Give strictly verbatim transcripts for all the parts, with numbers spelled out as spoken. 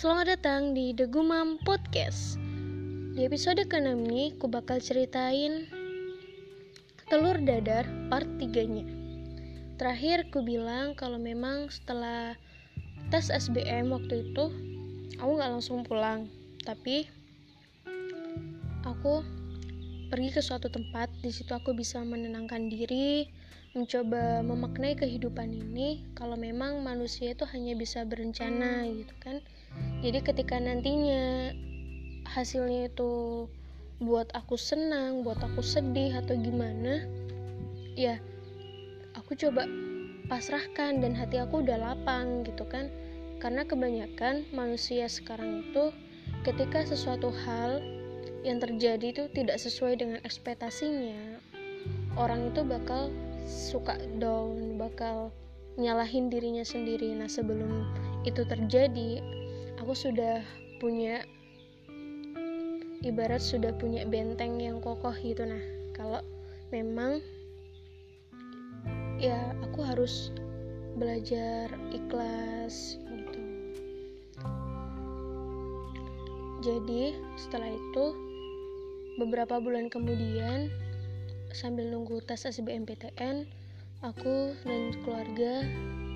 Selamat datang di The Gumam Podcast. Di episode keenam ini, aku bakal ceritain telur dadar part tiga-nya. Terakhir, aku bilang kalau memang setelah tes S B M waktu itu, aku gak langsung pulang. Tapi, aku pergi ke suatu tempat. Di situ aku bisa menenangkan diri, mencoba memaknai kehidupan ini. Kalau memang manusia itu hanya bisa berencana gitu kan. Jadi ketika nantinya hasilnya itu buat aku senang, buat aku sedih atau gimana, ya aku coba pasrahkan dan hati aku udah lapang gitu kan. Karena kebanyakan manusia sekarang itu ketika sesuatu hal yang terjadi itu tidak sesuai dengan ekspektasinya, orang itu bakal suka down, bakal nyalahin dirinya sendiri. Nah, sebelum itu terjadi, aku sudah punya, ibarat sudah punya benteng yang kokoh gitu. Nah, kalau memang ya aku harus belajar ikhlas gitu. Jadi setelah itu beberapa bulan kemudian, sambil nunggu tes S B M P T N, aku dan keluarga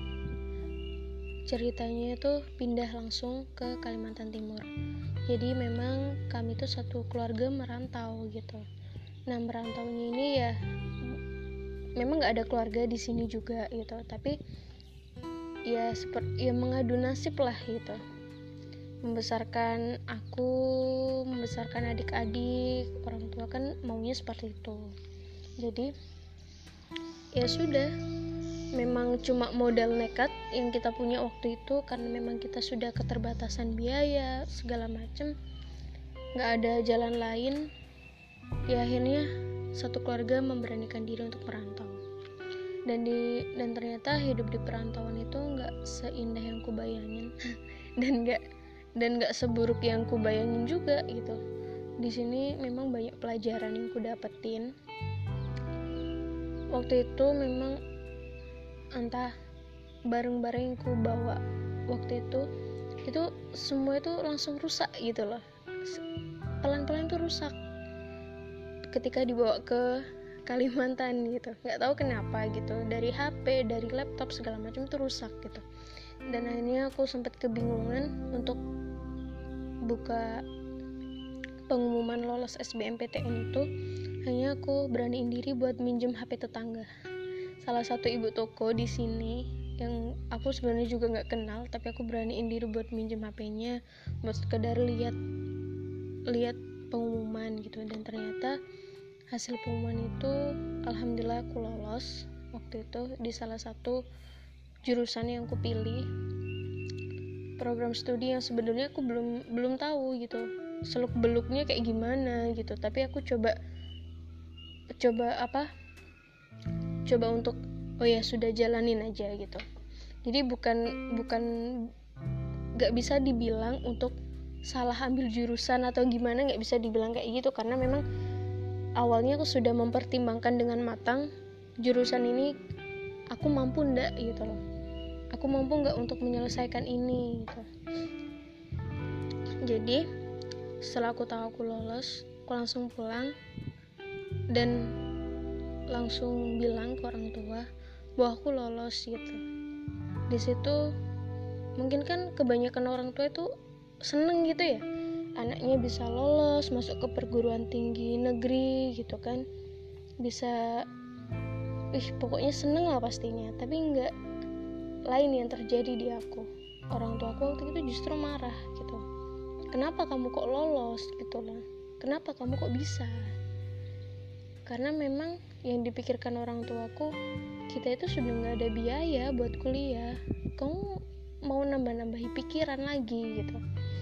ceritanya itu pindah langsung ke Kalimantan Timur. Jadi memang kami itu satu keluarga merantau gitu. Nah, merantaunya ini ya memang nggak ada keluarga di sini juga gitu. Tapi ya seperti ya mengadu nasib lah gitu. Membesarkan aku, membesarkan adik-adik, orang tua kan maunya seperti itu. Jadi ya sudah, memang cuma modal nekat yang kita punya waktu itu, karena memang kita sudah keterbatasan biaya segala macam, nggak ada jalan lain. Ya akhirnya satu keluarga memberanikan diri untuk merantau. Dan di dan ternyata hidup di perantauan itu nggak seindah yang kubayangin dan nggak dan nggak seburuk yang kubayangin juga gitu. Di sini memang banyak pelajaran yang ku dapetin. Waktu itu memang entah barang-barang yang ku bawa waktu itu itu semua itu langsung rusak gitu loh. Pelan-pelan tuh rusak ketika dibawa ke Kalimantan gitu. Nggak tahu kenapa gitu, dari H P, dari laptop segala macam tuh rusak gitu. Dan akhirnya aku sempat kebingungan untuk buka pengumuman lolos S B M P T N itu. Hanya aku beraniin diri buat minjem H P tetangga, salah satu ibu toko di sini yang aku sebenarnya juga nggak kenal, tapi aku beraniin diri buat minjem H P-nya buat sekedar lihat lihat pengumuman gitu. Dan ternyata hasil pengumuman itu alhamdulillah aku lolos waktu itu di salah satu jurusan yang aku pilih, program studi yang sebenarnya aku belum belum tahu gitu seluk beluknya kayak gimana gitu. Tapi aku coba coba apa coba untuk oh ya sudah jalanin aja gitu. Jadi bukan bukan nggak bisa dibilang untuk salah ambil jurusan atau gimana, nggak bisa dibilang kayak gitu, karena memang awalnya aku sudah mempertimbangkan dengan matang jurusan ini aku mampu ndak gitu loh, aku mampu nggak untuk menyelesaikan ini gitu. Jadi setelah aku tahu aku lolos, aku langsung pulang dan langsung bilang ke orang tua bahwa aku lolos gitu. Di situ mungkin kan kebanyakan orang tua itu seneng gitu ya, anaknya bisa lolos masuk ke perguruan tinggi negeri gitu kan, bisa ih pokoknya seneng lah pastinya. Tapi enggak, lain yang terjadi di aku. Orang tua aku waktu itu justru marah gitu, kenapa kamu kok lolos gitu loh, kenapa kamu kok bisa. Karena memang yang dipikirkan orang tuaku, kita itu sudah gak ada biaya buat kuliah, kamu mau nambah-nambahi pikiran lagi gitu,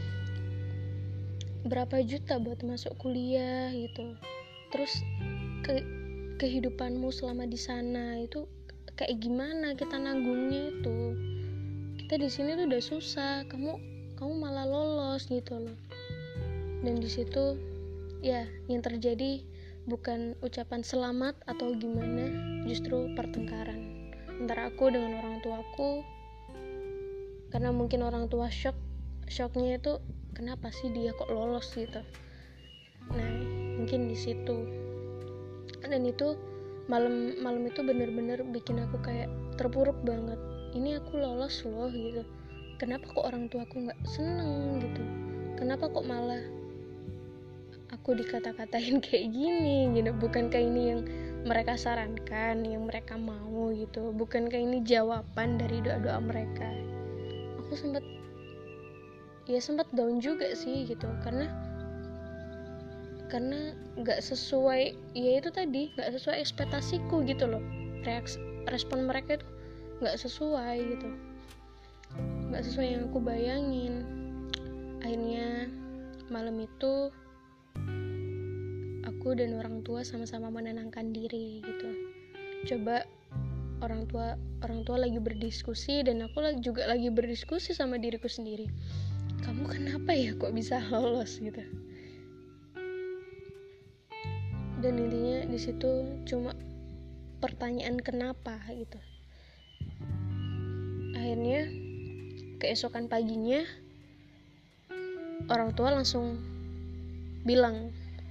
berapa juta buat masuk kuliah gitu. Terus ke kehidupanmu selama di sana itu kayak gimana kita nanggungnya itu. Kita di sini tuh udah susah, kamu kamu malah lolos gitu loh. Dan di situ ya yang terjadi bukan ucapan selamat atau gimana, justru pertengkaran antara aku dengan orang tuaku. Karena mungkin orang tua shock shocknya itu kenapa sih dia kok lolos gitu. Nah mungkin di situ. Dan itu malam malam itu bener-bener bikin aku kayak terpuruk banget. Ini aku lolos loh gitu. Kenapa kok orang tuaku nggak seneng gitu? Kenapa kok malah aku dikata-katain kayak gini gitu? Bukankah ini yang mereka sarankan, yang mereka mau gitu? Bukankah ini jawaban dari doa-doa mereka? Aku sempat ya sempat down juga sih gitu, karena karena nggak sesuai, ya itu tadi nggak sesuai ekspektasiku gitu loh. Reaksi respon mereka itu nggak sesuai gitu, nggak sesuai yang aku bayangin. Akhirnya malam itu aku dan orang tua sama-sama menenangkan diri gitu. Coba orang tua orang tua lagi berdiskusi dan aku lagi juga lagi berdiskusi sama diriku sendiri. Kamu kenapa ya kok bisa lolos gitu? Dan intinya di situ cuma pertanyaan kenapa gitu. Akhirnya keesokan paginya orang tua langsung bilang,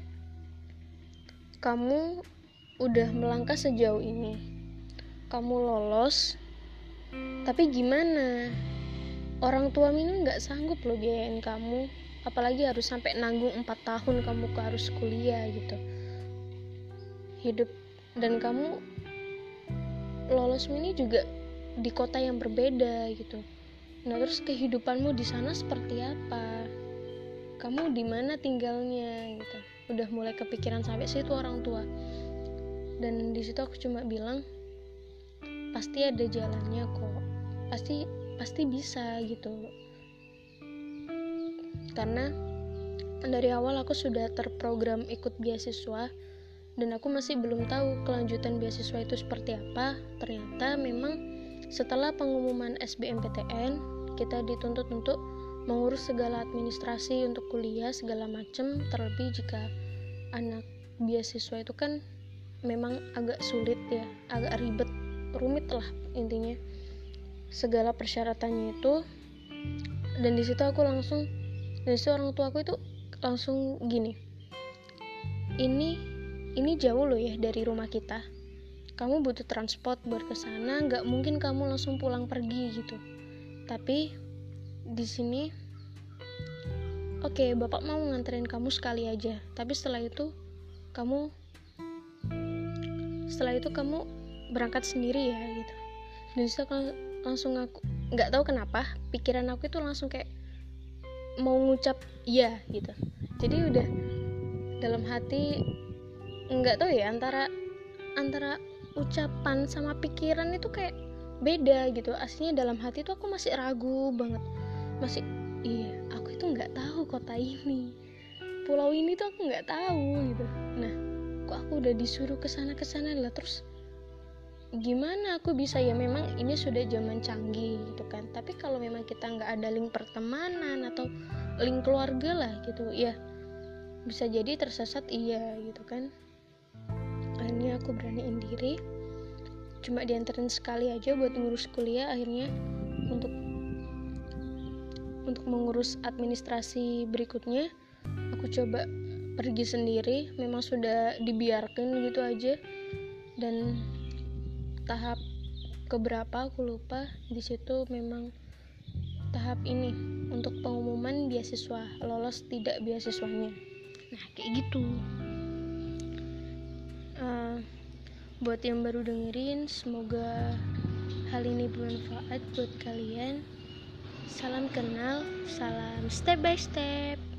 kamu udah melangkah sejauh ini, kamu lolos, tapi gimana? Orang tua ini nggak sanggup loh biayain kamu, apalagi harus sampai nanggung empat tahun kamu ke harus kuliah gitu. Hidup dan kamu lolos ini juga di kota yang berbeda gitu. Nah terus kehidupanmu di sana seperti apa? Kamu di mana tinggalnya gitu? Udah mulai kepikiran sampai situ orang tua. Dan di situ aku cuma bilang, pasti ada jalannya kok. Pasti pasti bisa gitu. Karena dari awal aku sudah terprogram ikut beasiswa. Dan aku masih belum tahu kelanjutan beasiswa itu seperti apa. Ternyata memang setelah pengumuman S B M P T N, kita dituntut untuk mengurus segala administrasi untuk kuliah, segala macam. Terlebih jika anak beasiswa itu kan memang agak sulit ya, agak ribet, rumit lah intinya. Segala persyaratannya itu. Dan di situ aku langsung, dari situ orang tua aku itu langsung gini, ini ini jauh loh ya dari rumah kita, kamu butuh transport buat kesana, nggak mungkin kamu langsung pulang pergi gitu. Tapi di sini oke okay, bapak mau nganterin kamu sekali aja, tapi setelah itu kamu setelah itu kamu berangkat sendiri ya gitu. Dan situ langsung aku nggak tahu kenapa pikiran aku itu langsung kayak mau ngucap iya gitu. Jadi udah dalam hati nggak tahu ya, antara antara ucapan sama pikiran itu kayak beda gitu. Aslinya dalam hati tuh aku masih ragu banget, masih iya aku itu nggak tahu kota ini, pulau ini tuh aku nggak tahu gitu. Nah kok aku udah disuruh kesana kesana lah, terus gimana aku bisa? Ya memang ini sudah zaman canggih gitu kan, tapi kalau memang kita nggak ada link pertemanan atau link keluarga lah gitu ya, bisa jadi tersesat iya gitu kan. Akhirnya aku beraniin diri, cuma dianterin sekali aja buat ngurus kuliah. Akhirnya untuk untuk mengurus administrasi berikutnya aku coba pergi sendiri. Memang sudah dibiarkan gitu aja. Dan tahap keberapa aku lupa, di situ memang tahap ini untuk pengumuman beasiswa, lolos tidak beasiswanya. Nah kayak gitu. Uh, buat yang baru dengerin, semoga hal ini bermanfaat buat kalian. Salam kenal, salam step by step.